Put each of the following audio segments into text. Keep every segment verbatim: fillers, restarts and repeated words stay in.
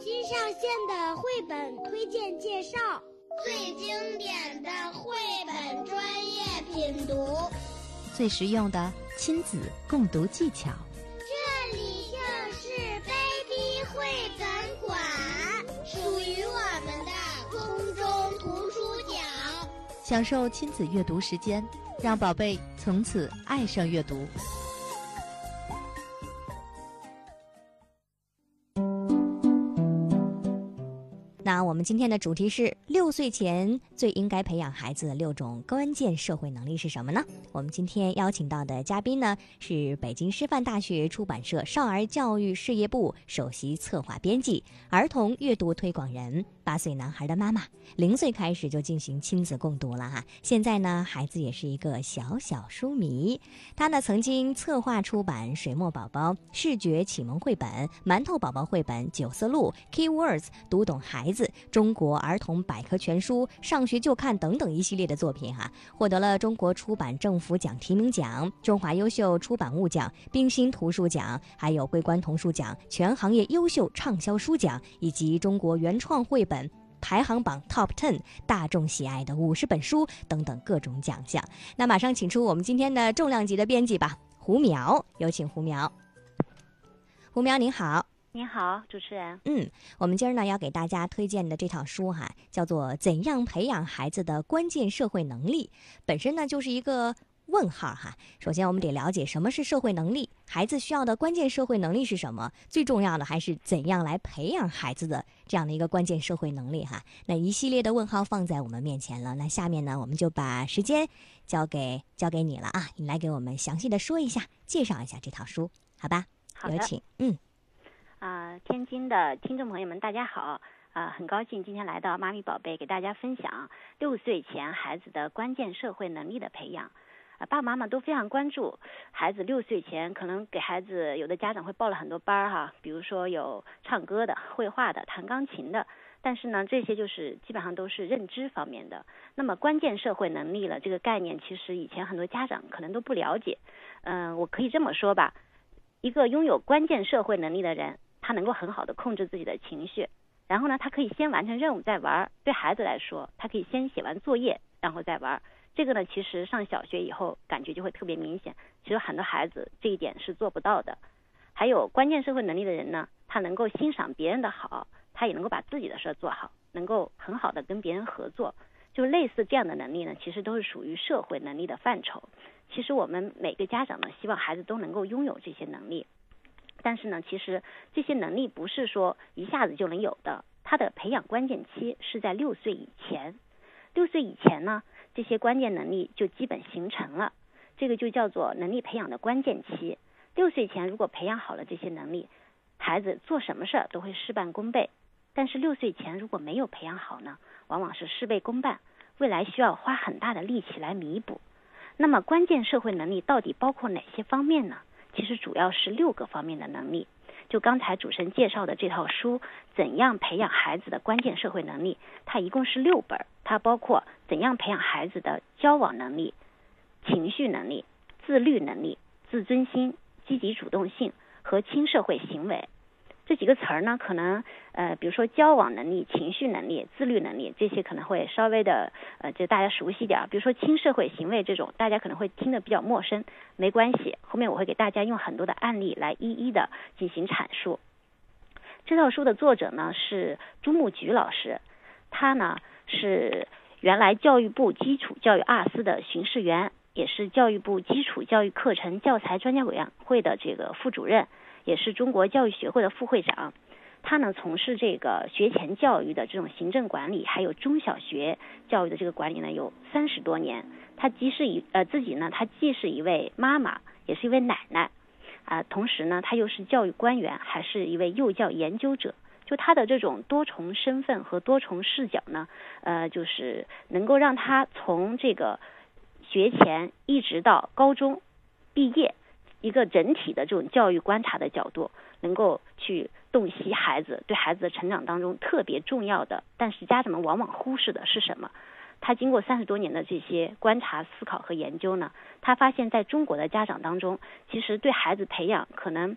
新上线的绘本推荐介绍， 最经典的绘本专业品读， 最实用的亲子共读技巧。 这里就是Baby 绘本馆，属于我们的空中图书角。 享受亲子阅读时间，让宝贝从此爱上阅读。那我们今天的主题是六岁前最应该培养孩子的六种关键社会能力是什么呢？我们今天邀请到的嘉宾呢是北京师范大学出版社少儿教育事业部首席策划编辑、儿童阅读推广人，八岁男孩的妈妈，零岁开始就进行亲子共读了哈。现在呢，孩子也是一个小小书迷。他呢曾经策划出版水墨宝宝视觉启蒙绘本、馒头宝宝绘本、九色鹿、Keywords 读懂孩子、中国儿童百科全书、上学就看等等一系列的作品哈，获得了中国出版政府奖提名奖、中华优秀出版物奖、冰心图书奖，还有桂冠童书奖、全行业优秀畅销书奖，以及中国原创绘本排行榜 Top 十 大众喜爱的五十本书等等各种奖项。那马上请出我们今天的重量级的编辑吧，胡苗，有请胡苗。胡苗您好。 您好，主持人。 嗯，我们今儿呢要给大家推荐的这套书哈，叫做《怎样培养孩子的关键社会能力》，本身呢就是一个问号哈。首先我们得了解什么是社会能力，孩子需要的关键社会能力是什么，最重要的还是怎样来培养孩子的这样的一个关键社会能力哈。那一系列的问号放在我们面前了，那下面呢我们就把时间交给交给你了啊，你来给我们详细的说一下，介绍一下这套书，好吧？ 好的， 有请。嗯。 啊、呃，天津的听众朋友们，大家好！啊、呃，很高兴今天来到妈咪宝贝，给大家分享六岁前孩子的关键社会能力的培养。啊、呃，爸爸妈妈都非常关注孩子六岁前，可能给孩子有的家长会报了很多班哈，比如说有唱歌的、绘画的、弹钢琴的。但是呢，这些就是基本上都是认知方面的。那么关键社会能力了这个概念，其实以前很多家长可能都不了解。嗯、呃，我可以这么说吧，一个拥有关键社会能力的人，他能够很好的控制自己的情绪，然后呢，他可以先完成任务再玩。对孩子来说，他可以先写完作业，然后再玩。这个呢，其实上小学以后感觉就会特别明显。其实很多孩子这一点是做不到的。还有关键社会能力的人呢，他能够欣赏别人的好，他也能够把自己的事做好，能够很好的跟别人合作。就类似这样的能力呢，其实都是属于社会能力的范畴。其实我们每个家长呢，希望孩子都能够拥有这些能力。但是呢，其实这些能力不是说一下子就能有的，它的培养关键期是在六岁以前。六岁以前呢，这些关键能力就基本形成了，这个就叫做能力培养的关键期。六岁前如果培养好了这些能力，孩子做什么事儿都会事半功倍。但是六岁前如果没有培养好呢，往往是事倍功半，未来需要花很大的力气来弥补。那么关键社会能力到底包括哪些方面呢？其实主要是六个方面的能力。就刚才主持人介绍的这套书，怎样培养孩子的关键社会能力，它一共是六本，它包括怎样培养孩子的交往能力、情绪能力、自律能力、自尊心、积极主动性和轻社会行为。这几个词儿呢，可能呃，比如说交往能力、情绪能力、自律能力，这些可能会稍微的呃，就大家熟悉点。比如说轻社会行为这种，大家可能会听得比较陌生，没关系，后面我会给大家用很多的案例来一一的进行阐述。这套书的作者呢是朱木菊老师，他呢是原来教育部基础教育二司的巡视员，也是教育部基础教育课程教材专家委员会的这个副主任，也是中国教育学会的副会长。他呢从事这个学前教育的这种行政管理，还有中小学教育的这个管理呢有三十多年。他既是一呃自己呢，他既是一位妈妈，也是一位奶奶啊、呃，同时呢他又是教育官员，还是一位幼教研究者。就他的这种多重身份和多重视角呢，呃，就是能够让他从这个学前一直到高中毕业，一个整体的这种教育观察的角度，能够去洞悉孩子对孩子的成长当中特别重要的，但是家长们往往忽视的是什么。他经过三十多年的这些观察、思考和研究呢，他发现在中国的家长当中，其实对孩子培养可能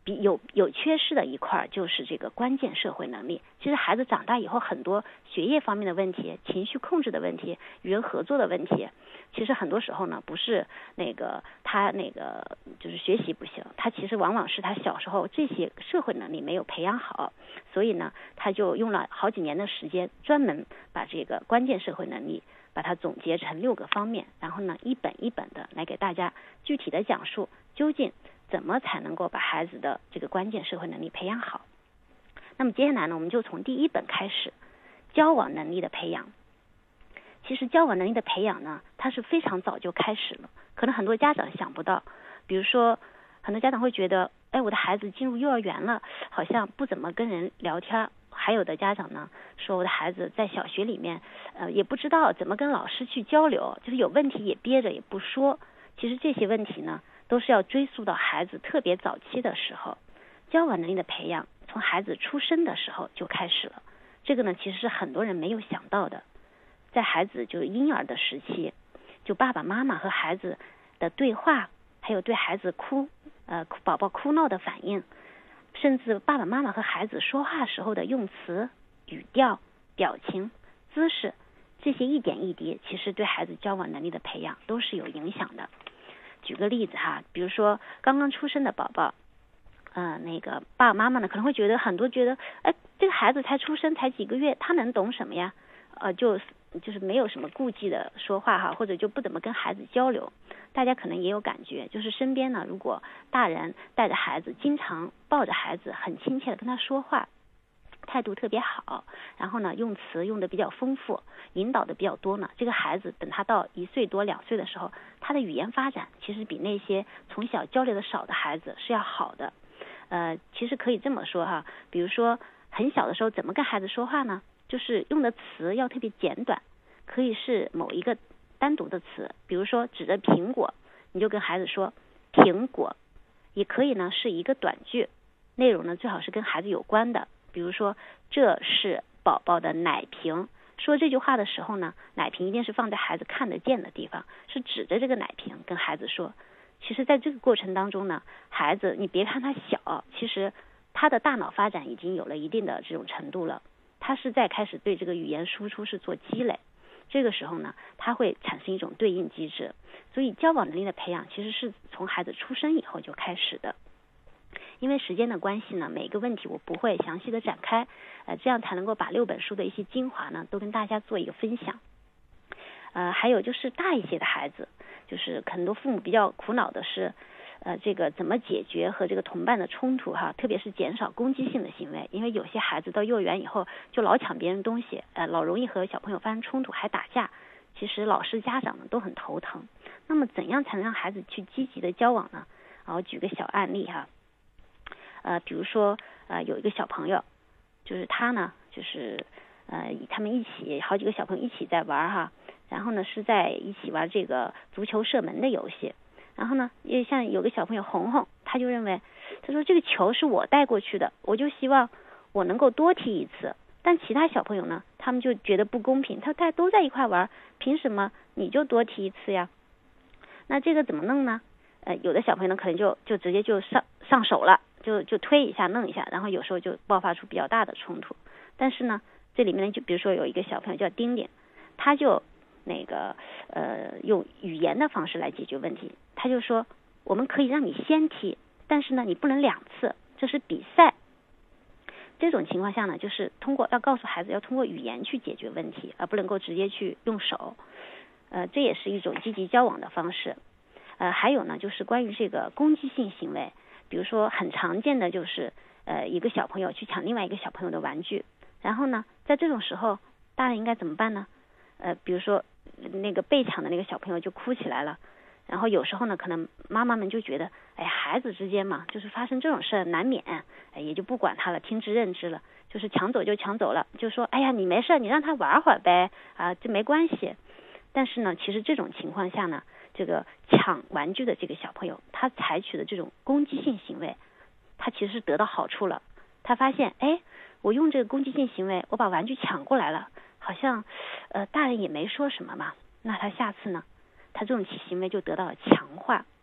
比有有缺失的一块就是这个关键社会能力。其实孩子长大以后，很多学业方面的问题、情绪控制的问题、与人合作的问题，其实很多时候呢，不是那个他那个就是学习不行，他其实往往是他小时候这些社会能力没有培养好，所以呢，他就用了好几年的时间，专门把这个关键社会能力把它总结成六个方面，然后呢，一本一本的来给大家具体的讲述，究竟怎么才能够把孩子的这个关键社会能力培养好。那么接下来呢，我们就从第一本开始，交往能力的培养。其实交往能力的培养呢，它是非常早就开始了，可能很多家长想不到。比如说，很多家长会觉得，哎，我的孩子进入幼儿园了，好像不怎么跟人聊天。还有的家长呢，说我的孩子在小学里面，呃，也不知道怎么跟老师去交流，就是有问题也憋着也不说。其实这些问题呢，都是要追溯到孩子特别早期的时候，交往能力的培养从孩子出生的时候就开始了。这个呢，其实是很多人没有想到的。在孩子就是婴儿的时期，就爸爸妈妈和孩子的对话，还有对孩子哭，呃，宝宝哭闹的反应，甚至爸爸妈妈和孩子说话时候的用词、语调、表情、姿势，这些一点一滴，其实对孩子交往能力的培养都是有影响的。举个例子哈，比如说刚刚出生的宝宝，呃，那个爸爸妈妈呢可能会觉得很多觉得，哎，这个孩子才出生才几个月，他能懂什么呀？呃，就就是没有什么顾忌的说话哈，或者就不怎么跟孩子交流。大家可能也有感觉，就是身边呢，如果大人带着孩子，经常抱着孩子，很亲切的跟他说话，态度特别好，然后呢，用词用的比较丰富，引导的比较多呢，这个孩子等他到一岁多两岁的时候，他的语言发展其实比那些从小交流的少的孩子是要好的。呃，其实可以这么说哈，比如说很小的时候怎么跟孩子说话呢？就是用的词要特别简短，可以是某一个单独的词，比如说指着苹果，你就跟孩子说苹果，也可以呢是一个短句，内容呢最好是跟孩子有关的，比如说这是宝宝的奶瓶。说这句话的时候呢，奶瓶一定是放在孩子看得见的地方，是指着这个奶瓶跟孩子说。其实在这个过程当中呢，孩子你别看他小，其实他的大脑发展已经有了一定的这种程度了，他是在开始对这个语言输出是做积累，这个时候呢，他会产生一种对应机制。所以交往能力的培养其实是从孩子出生以后就开始的。因为时间的关系呢，每个问题我不会详细的展开，呃，这样才能够把六本书的一些精华呢，都跟大家做一个分享。呃，还有就是大一些的孩子，就是很多父母比较苦恼的是，呃，这个怎么解决和这个同伴的冲突哈，特别是减少攻击性的行为，因为有些孩子到幼儿园以后就老抢别人东西，呃，老容易和小朋友发生冲突，还打架。其实老师家长呢都很头疼。那么怎样才能让孩子去积极的交往呢？啊，我举个小案例哈，呃，比如说呃有一个小朋友，就是他呢就是呃他们一起好几个小朋友一起在玩哈。然后呢，是在一起玩这个足球射门的游戏。然后呢，也像有个小朋友红红，他就认为，他说这个球是我带过去的，我就希望我能够多踢一次。但其他小朋友呢，他们就觉得不公平，他大家都在一块玩，凭什么你就多踢一次呀？那这个怎么弄呢？呃，有的小朋友呢，可能就就直接就上上手了，就就推一下弄一下，然后有时候就爆发出比较大的冲突。但是呢，这里面呢，就比如说有一个小朋友叫丁丁，他就那个呃用语言的方式来解决问题。他就说，我们可以让你先踢，但是呢你不能两次，这是比赛。这种情况下呢，就是通过要告诉孩子要通过语言去解决问题，而不能够直接去用手。呃，这也是一种积极交往的方式。呃，还有呢，就是关于这个攻击性行为，比如说很常见的就是呃一个小朋友去抢另外一个小朋友的玩具，然后呢，在这种时候，大人应该怎么办呢？呃，比如说那个被抢的那个小朋友就哭起来了，然后有时候呢，可能妈妈们就觉得，哎，孩子之间嘛，就是发生这种事难免，哎，也就不管他了，听之任之了，就是抢走就抢走了，就说，哎呀，你没事，你让他玩会儿呗，啊，这没关系。但是呢，其实这种情况下呢，这个抢玩具的这个小朋友，他采取的这种攻击性行为，他其实是得到好处了。他发现，哎，我用这个攻击性行为，我把玩具抢过来了。好像呃大人也没说什么嘛，那他下次呢，他这种行为就得到了强化。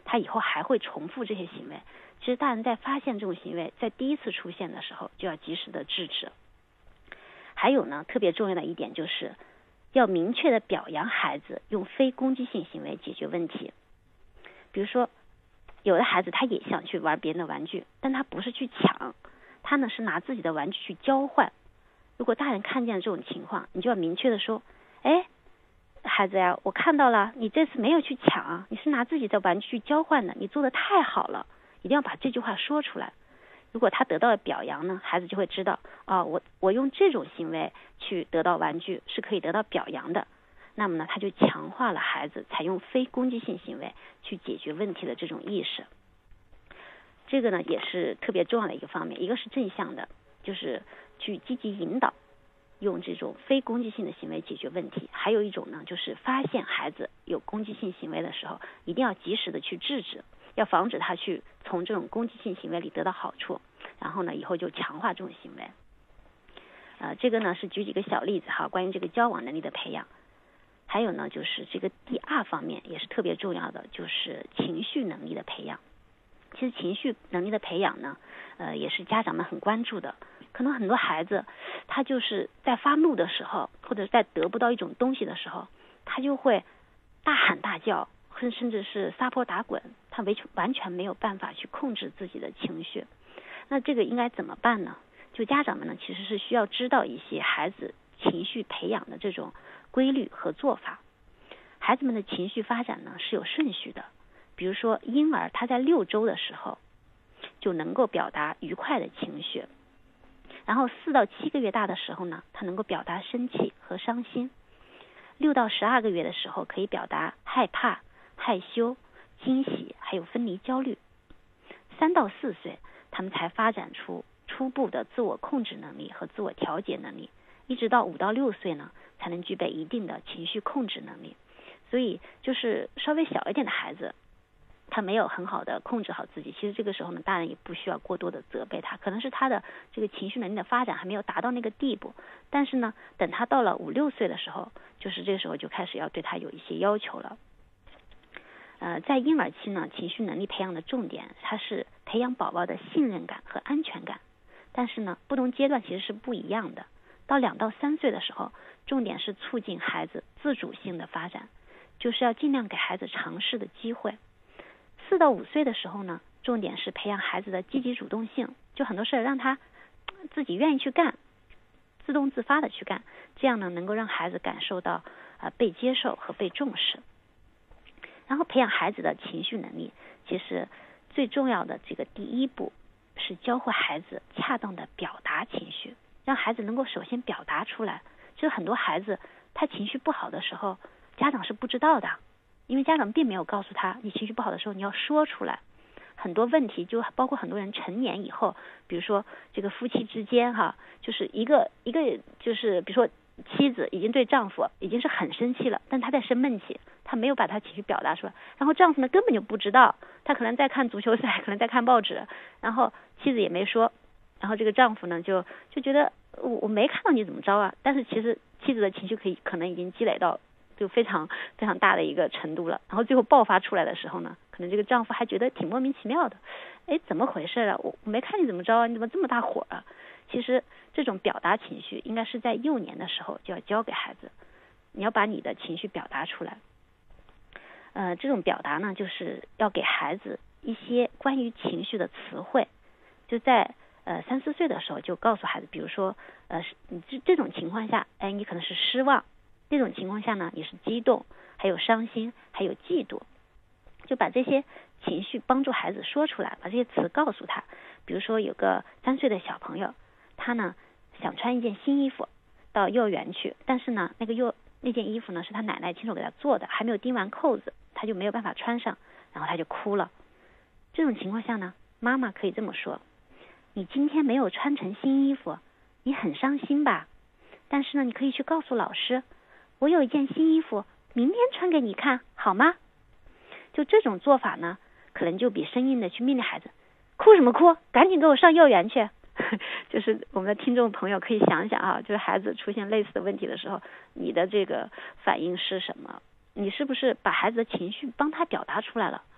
他以后还会重复这些行为。其实大人在发现这种行为在第一次出现的时候，就要及时的制止。还有呢，特别重要的一点就是要明确的表扬孩子用非攻击性行为解决问题。比如说有的孩子他也想去玩别人的玩具，但他不是去抢，他呢是拿自己的玩具去交换。如果大人看见这种情况，你就要明确的说，哎，孩子呀，我看到了，你这次没有去抢，你是拿自己的玩具去交换的，你做得太好了，一定要把这句话说出来。如果他得到了表扬呢，孩子就会知道，啊，我我用这种行为去得到玩具是可以得到表扬的。那么呢，他就强化了孩子采用非攻击性行为去解决问题的这种意识。这个呢也是特别重要的一个方面，一个是正向的，就是去积极引导用这种非攻击性的行为解决问题。还有一种呢，就是发现孩子有攻击性行为的时候，一定要及时的去制止，要防止他去从这种攻击性行为里得到好处，然后呢以后就强化这种行为。呃，这个呢是举几个小例子哈，关于这个交往能力的培养。还有呢就是这个第二方面也是特别重要的，就是情绪能力的培养。其实情绪能力的培养呢，呃，也是家长们很关注的。可能很多孩子他就是在发怒的时候，或者在得不到一种东西的时候，他就会大喊大叫，甚甚至是撒泼打滚，他完全完全没有办法去控制自己的情绪。那这个应该怎么办呢？就家长们呢，其实是需要知道一些孩子情绪培养的这种规律和做法。孩子们的情绪发展呢是有顺序的。比如说婴儿他在六周的时候就能够表达愉快的情绪，然后四到七个月大的时候呢，他能够表达生气和伤心。六到十二个月的时候可以表达害怕、害羞、惊喜，还有分离焦虑。三到四岁他们才发展出初步的自我控制能力和自我调节能力，一直到五到六岁呢才能具备一定的情绪控制能力。所以就是稍微小一点的孩子，他没有很好的控制好自己，其实这个时候呢，大人也不需要过多的责备他，可能是他的这个情绪能力的发展还没有达到那个地步。但是呢，等他到了五六岁的时候，就是这个时候就开始要对他有一些要求了。呃，在婴儿期呢，情绪能力培养的重点，它是培养宝宝的信任感和安全感。但是呢，不同阶段其实是不一样的。到两到三岁的时候，重点是促进孩子自主性的发展，就是要尽量给孩子尝试的机会。四到五岁的时候呢，重点是培养孩子的积极主动性，就很多事让他自己愿意去干，自动自发的去干，这样呢能够让孩子感受到啊、呃、被接受和被重视。然后培养孩子的情绪能力，其实最重要的这个第一步是教会孩子恰当的表达情绪，让孩子能够首先表达出来。就是很多孩子他情绪不好的时候，家长是不知道的，因为家长并没有告诉他，你情绪不好的时候你要说出来。很多问题就包括很多人成年以后，比如说这个夫妻之间哈，就是一个一个就是比如说妻子已经对丈夫已经是很生气了，但他在生闷气，他没有把他情绪表达出来，然后丈夫呢根本就不知道，他可能在看足球赛，可能在看报纸，然后妻子也没说，然后这个丈夫呢就就觉得我我没看到你怎么着啊，但是其实妻子的情绪可以可能已经积累到就非常非常大的一个程度了，然后最后爆发出来的时候呢，可能这个丈夫还觉得挺莫名其妙的，哎，怎么回事啊？我我没看你怎么着啊？你怎么这么大火啊？其实这种表达情绪应该是在幼年的时候就要教给孩子，你要把你的情绪表达出来。呃，这种表达呢，就是要给孩子一些关于情绪的词汇，就在呃三四岁的时候就告诉孩子，比如说呃你这这种情况下，哎，你可能是失望。这种情况下呢，你是激动，还有伤心，还有嫉妒，就把这些情绪帮助孩子说出来，把这些词告诉他。比如说有个三岁的小朋友，他呢想穿一件新衣服到幼儿园去，但是呢那个幼那件衣服呢是他奶奶亲手给他做的，还没有钉完扣子，他就没有办法穿上，然后他就哭了。这种情况下呢，妈妈可以这么说：你今天没有穿成新衣服，你很伤心吧？但是呢，你可以去告诉老师，我有一件新衣服，明天穿给你看，好吗？就这种做法呢，可能就比生硬的去命令孩子，哭什么哭，赶紧给我上幼儿园去。就是我们的听众朋友可以想想啊，就是孩子出现类似的问题的时候，你的这个反应是什么？你是不是把孩子的情绪帮他表达出来了？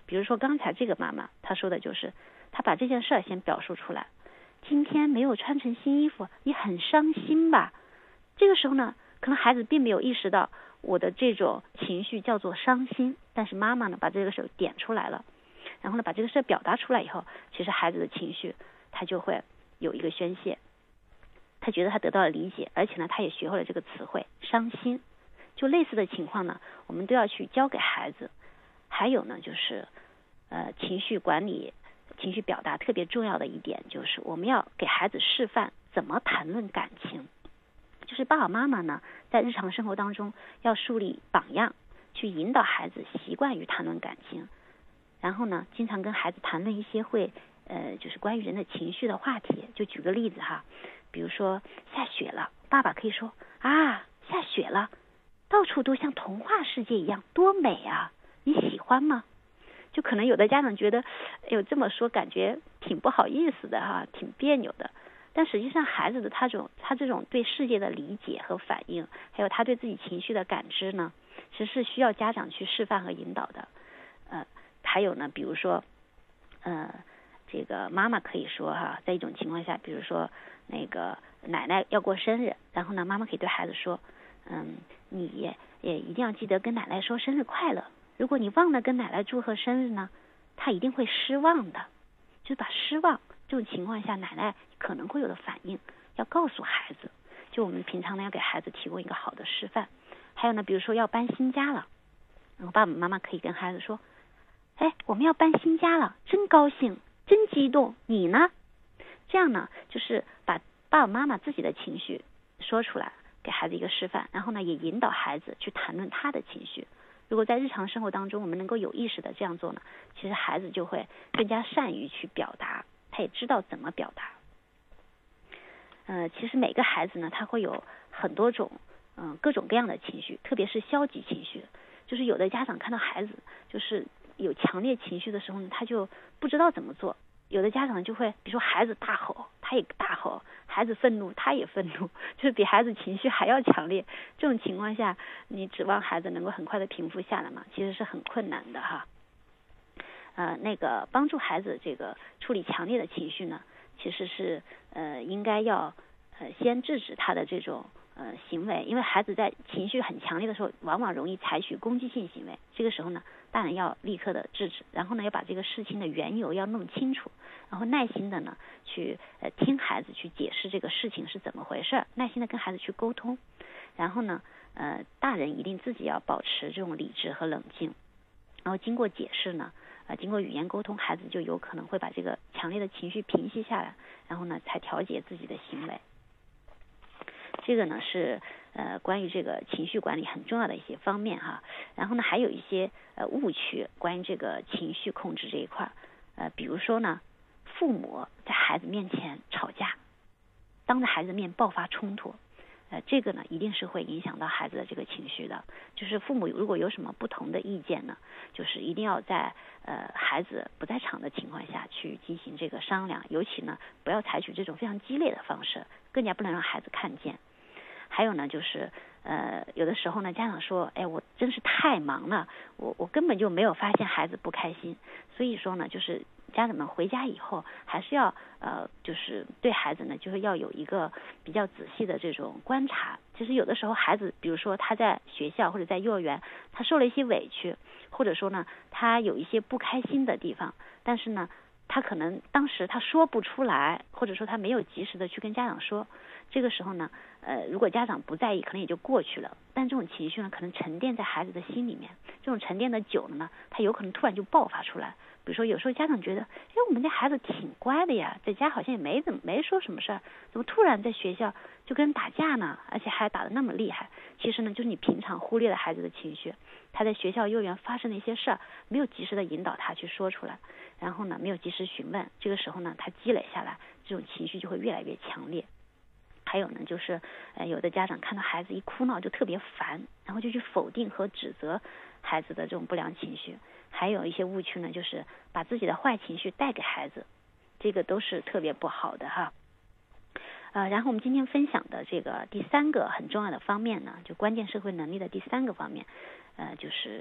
比如说刚才这个妈妈她说的就是她把这件事儿先表述出来，今天没有穿成新衣服，你很伤心吧？这个时候呢，可能孩子并没有意识到我的这种情绪叫做伤心，但是妈妈呢把这个事儿点出来了，然后呢把这个事儿表达出来以后，其实孩子的情绪他就会有一个宣泄，他觉得他得到了理解，而且呢他也学会了这个词汇伤心。就类似的情况呢，我们都要去教给孩子。还有呢就是呃情绪管理、情绪表达特别重要的一点就是我们要给孩子示范怎么谈论感情。就是爸爸妈妈呢在日常生活当中要树立榜样，去引导孩子习惯于谈论感情，然后呢经常跟孩子谈论一些会呃就是关于人的情绪的话题。就举个例子哈，比如说下雪了，爸爸可以说啊下雪了，到处都像童话世界一样，多美啊，你喜欢吗？就可能有的家长觉得哎呦这么说感觉挺不好意思的哈，挺别扭的，但实际上孩子的他这种他这种对世界的理解和反应，还有他对自己情绪的感知呢，其实是需要家长去示范和引导的。呃，还有呢，比如说，呃，这个妈妈可以说哈，在一种情况下，比如说那个奶奶要过生日，然后呢，妈妈可以对孩子说，嗯，你也也一定要记得跟奶奶说生日快乐。如果你忘了跟奶奶祝贺生日呢，她一定会失望的。就把失望这种情况下奶奶可能会有的反应要告诉孩子，就我们平常呢要给孩子提供一个好的示范。还有呢，比如说要搬新家了，然后爸爸妈妈可以跟孩子说，哎，我们要搬新家了，真高兴，真激动，你呢？这样呢就是把爸爸妈妈自己的情绪说出来，给孩子一个示范，然后呢也引导孩子去谈论他的情绪。如果在日常生活当中我们能够有意识的这样做呢，其实孩子就会更加善于去表达，他也知道怎么表达。呃，其实每个孩子呢他会有很多种嗯、呃、各种各样的情绪，特别是消极情绪。就是有的家长看到孩子就是有强烈情绪的时候呢，他就不知道怎么做。有的家长就会比如说孩子大吼他也大吼，孩子愤怒他也愤怒，就是比孩子情绪还要强烈。这种情况下你指望孩子能够很快的平复下来嘛，其实是很困难的哈。呃，那个帮助孩子这个处理强烈的情绪呢，其实是呃应该要呃先制止他的这种呃行为，因为孩子在情绪很强烈的时候往往容易采取攻击性行为，这个时候呢当然要立刻的制止，然后呢要把这个事情的缘由要弄清楚，然后耐心的呢去呃听孩子去解释这个事情是怎么回事，耐心的跟孩子去沟通。然后呢呃大人一定自己要保持这种理智和冷静，然后经过解释呢呃经过语言沟通，孩子就有可能会把这个强烈的情绪平息下来，然后呢才调节自己的行为。这个呢是呃关于这个情绪管理很重要的一些方面哈。然后呢还有一些呃误区关于这个情绪控制这一块，呃比如说呢父母在孩子面前吵架，当着孩子面爆发冲突，呃这个呢一定是会影响到孩子的这个情绪的。就是父母如果有什么不同的意见呢，就是一定要在呃孩子不在场的情况下去进行这个商量，尤其呢不要采取这种非常激烈的方式，更加不能让孩子看见。还有呢就是呃有的时候呢家长说，哎我真是太忙了，我我根本就没有发现孩子不开心。所以说呢就是家长们回家以后还是要呃就是对孩子呢就是要有一个比较仔细的这种观察。其实有的时候孩子比如说他在学校或者在幼儿园他受了一些委屈，或者说呢他有一些不开心的地方，但是呢他可能当时他说不出来，或者说他没有及时的去跟家长说，这个时候呢呃如果家长不在意可能也就过去了，但这种情绪呢可能沉淀在孩子的心里面，这种沉淀的久了呢他有可能突然就爆发出来。比如说有时候家长觉得哎我们家孩子挺乖的呀，在家好像也没怎么没说什么事儿，怎么突然在学校就跟人打架呢，而且还打得那么厉害。其实呢就是你平常忽略了孩子的情绪，他在学校幼儿园发生的一些事儿没有及时的引导他去说出来，然后呢没有及时询问，这个时候呢他积累下来这种情绪就会越来越强烈。还有呢就是呃有的家长看到孩子一哭闹就特别烦，然后就去否定和指责孩子的这种不良情绪。还有一些误区呢就是把自己的坏情绪带给孩子，这个都是特别不好的哈。呃，然后我们今天分享的这个第三个很重要的方面呢，就关键社会能力的第三个方面，呃，就是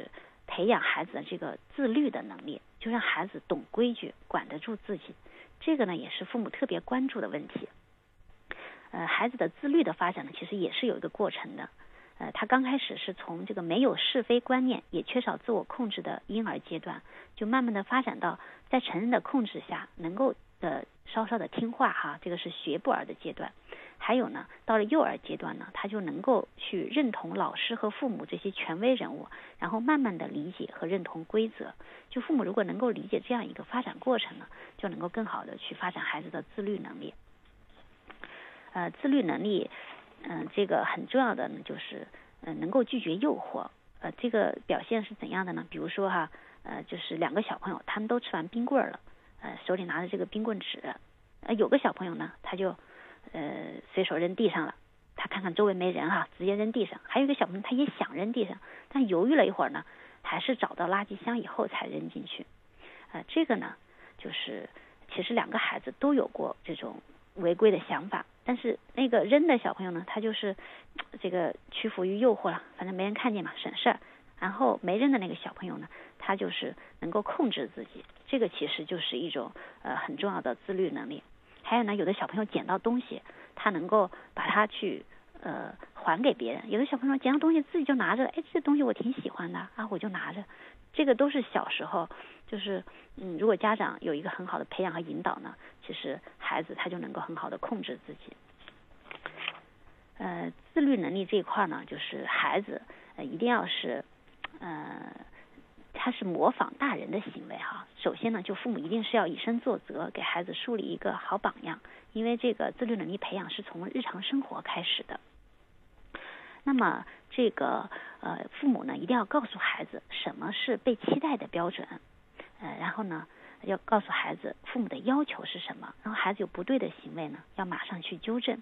培养孩子的这个自律的能力，就让孩子懂规矩，管得住自己。这个呢，也是父母特别关注的问题。呃，孩子的自律的发展呢，其实也是有一个过程的。呃，他刚开始是从这个没有是非观念，也缺少自我控制的婴儿阶段，就慢慢的发展到在成人的控制下，能够呃稍稍的听话哈，这个是学步儿的阶段。还有呢，到了幼儿阶段呢，他就能够去认同老师和父母这些权威人物，然后慢慢的理解和认同规则。就父母如果能够理解这样一个发展过程呢，就能够更好的去发展孩子的自律能力。呃，自律能力，嗯、呃，这个很重要的呢，就是呃能够拒绝诱惑。呃，这个表现是怎样的呢？比如说哈，呃，就是两个小朋友他们都吃完冰棍了，呃，手里拿着这个冰棍纸，呃，有个小朋友呢，他就呃随手扔地上了，他看看周围没人哈，直接扔地上。还有一个小朋友他也想扔地上，但犹豫了一会儿呢，还是找到垃圾箱以后才扔进去。呃，这个呢，就是其实两个孩子都有过这种违规的想法，但是那个扔的小朋友呢，他就是这个屈服于诱惑了，反正没人看见嘛，省事儿。然后没扔的那个小朋友呢，他就是能够控制自己，这个其实就是一种呃很重要的自律能力。还有呢，有的小朋友捡到东西，他能够把它去呃还给别人；有的小朋友捡到东西自己就拿着，哎，这东西我挺喜欢的啊，我就拿着。这个都是小时候，就是嗯，如果家长有一个很好的培养和引导呢，其实孩子他就能够很好的控制自己。呃，自律能力这一块呢，就是孩子呃一定要是呃，他是模仿大人的行为哈。首先呢，就父母一定是要以身作则，给孩子树立一个好榜样，因为这个自律能力培养是从日常生活开始的。那么这个呃，父母呢一定要告诉孩子什么是被期待的标准，呃，然后呢要告诉孩子父母的要求是什么，然后孩子有不对的行为呢，要马上去纠正。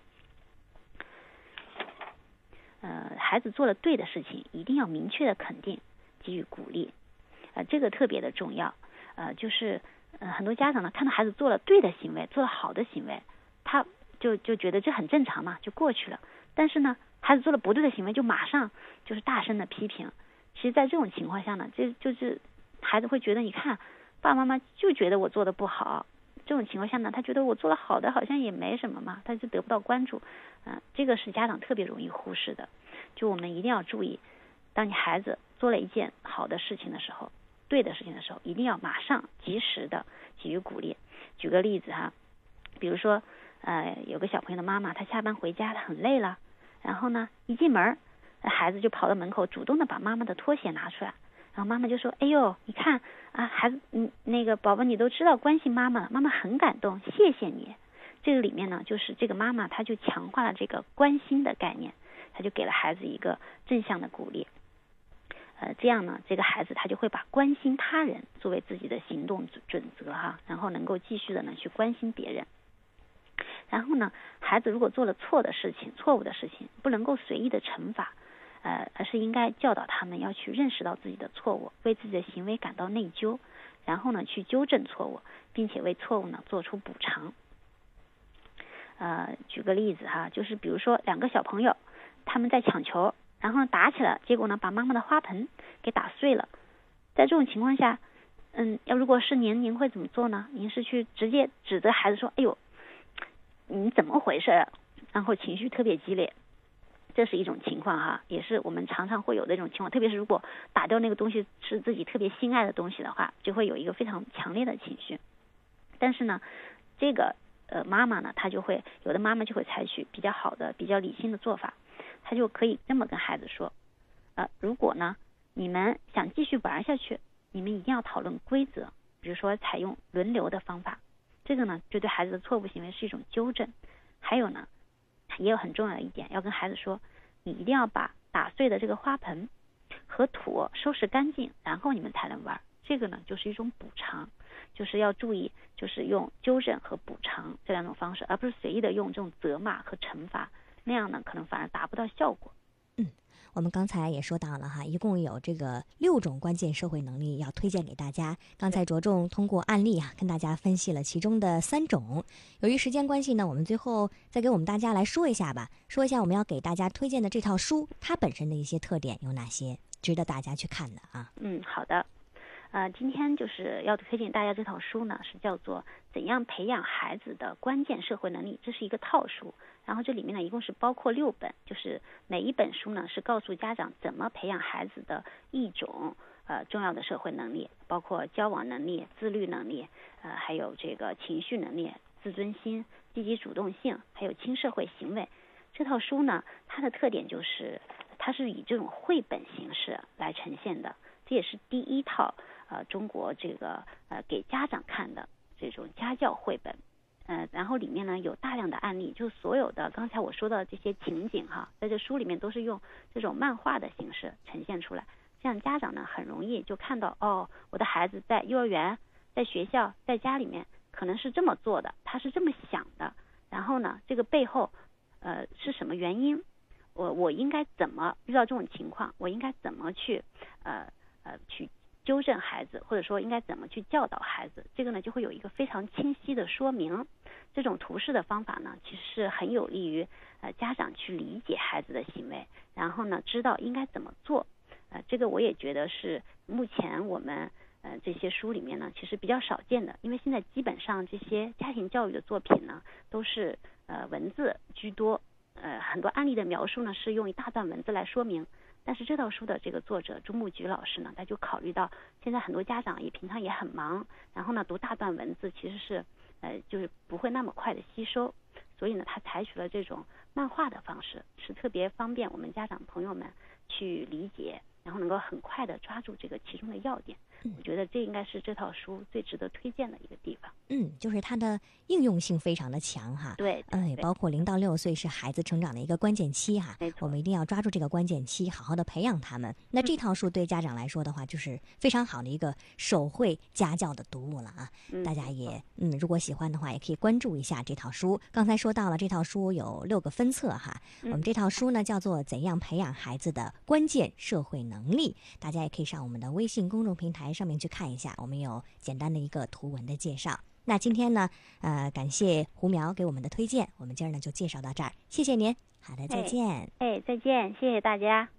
呃，孩子做了对的事情，一定要明确的肯定，给予鼓励，呃，这个特别的重要。呃，就是呃，很多家长呢看到孩子做了对的行为，做了好的行为，他就就觉得这很正常嘛，就过去了。但是呢，孩子做了不对的行为，就马上就是大声的批评。其实，在这种情况下呢，就就是孩子会觉得，你看爸爸妈妈就觉得我做的不好。这种情况下呢，他觉得我做的好的好像也没什么嘛，他就得不到关注。嗯、呃，这个是家长特别容易忽视的。就我们一定要注意，当你孩子做了一件好的事情的时候，对的事情的时候，一定要马上及时的给予鼓励。举个例子哈，比如说呃，有个小朋友的妈妈，她下班回家，她很累了，然后呢，一进门，孩子就跑到门口，主动的把妈妈的拖鞋拿出来，然后妈妈就说：“哎呦，你看啊，孩子，嗯，那个宝宝，你都知道关心妈妈了，妈妈很感动，谢谢你。”这个里面呢，就是这个妈妈她就强化了这个关心的概念，她就给了孩子一个正向的鼓励。呃，这样呢，这个孩子他就会把关心他人作为自己的行动准则哈，然后能够继续的呢去关心别人。然后呢，孩子如果做了错的事情、错误的事情，不能够随意的惩罚，呃，而是应该教导他们要去认识到自己的错误，为自己的行为感到内疚，然后呢去纠正错误，并且为错误呢做出补偿。呃，举个例子哈，就是比如说两个小朋友他们在抢球，然后打起来，结果呢把妈妈的花盆给打碎了。在这种情况下，嗯，要如果是您，您会怎么做呢？您是去直接指责孩子说：“哎呦，你怎么回事啊？”然后情绪特别激烈，这是一种情况哈，也是我们常常会有的一种情况。特别是如果打掉那个东西是自己特别心爱的东西的话，就会有一个非常强烈的情绪。但是呢，这个呃妈妈呢，她就会有的妈妈就会采取比较好的、比较理性的做法，她就可以这么跟孩子说：呃，如果呢你们想继续玩下去，你们一定要讨论规则，比如说采用轮流的方法。这个呢，就对孩子的错误行为是一种纠正。还有呢，也有很重要的一点，要跟孩子说，你一定要把打碎的这个花盆和土收拾干净，然后你们才能玩。这个呢，就是一种补偿，就是要注意，就是用纠正和补偿这两种方式，而不是随意的用这种责骂和惩罚，那样呢，可能反而达不到效果。 嗯，我们刚才也说到了哈，一共有这个六种关键社会能力要推荐给大家。刚才着重通过案例啊，跟大家分析了其中的三种。由于时间关系呢，我们最后再给我们大家来说一下吧，说一下我们要给大家推荐的这套书，它本身的一些特点有哪些？ 值得大家去看的啊。 嗯，好的。呃，今天就是要推荐大家这套书呢，是叫做《怎样培养孩子的关键社会能力》，这是一个套书。然后这里面呢，一共是包括六本，就是每一本书呢是告诉家长怎么培养孩子的一种呃重要的社会能力，包括交往能力、自律能力，呃，还有这个情绪能力、自尊心、积极主动性，还有轻社会行为。这套书呢，它的特点就是它是以这种绘本形式来呈现的，这也是第一套呃中国这个呃给家长看的这种家教绘本。呃，然后里面呢有大量的案例，就所有的刚才我说的这些情景哈，在这书里面都是用这种漫画的形式呈现出来，这样家长呢很容易就看到，哦，我的孩子在幼儿园、在学校、在家里面可能是这么做的，他是这么想的，然后呢这个背后呃是什么原因，我我应该怎么遇到这种情况，我应该怎么去呃呃去纠正孩子，或者说应该怎么去教导孩子，这个呢就会有一个非常清晰的说明。这种图示的方法呢，其实是很有利于呃家长去理解孩子的行为，然后呢知道应该怎么做。呃，这个我也觉得是目前我们呃这些书里面呢，其实比较少见的，因为现在基本上这些家庭教育的作品呢，都是呃文字居多，呃很多案例的描述呢是用一大段文字来说明。但是这套书的这个作者朱木菊老师呢，他就考虑到现在很多家长也平常也很忙，然后呢读大段文字其实是呃就是不会那么快的吸收，所以呢他采取了这种漫画的方式，是特别方便我们家长朋友们去理解，然后能够很快的抓住这个其中的要点。我觉得这应该是这套书最值得推荐的一个地方。 嗯，就是它的应用性非常的强哈。 对， 嗯，也包括零到六岁是孩子成长的一个关键期哈。 没错， 我们一定要抓住这个关键期，好好的培养他们。那这套书对家长来说的话，就是非常好的一个手绘家教的读物了啊。 嗯、 大家也嗯，如果喜欢的话，也可以关注一下这套书。刚才说到了这套书有六个分册哈， 嗯、 我们这套书呢叫做《怎样培养孩子的关键社会能力》，大家也可以上我们的微信公众平台上面去看一下。我们有简单的一个图文的介绍。那今天呢，呃，感谢胡苗给我们的推荐，我们今儿呢就介绍到这儿，谢谢您。好的，再见。 哎，哎再见，谢谢大家。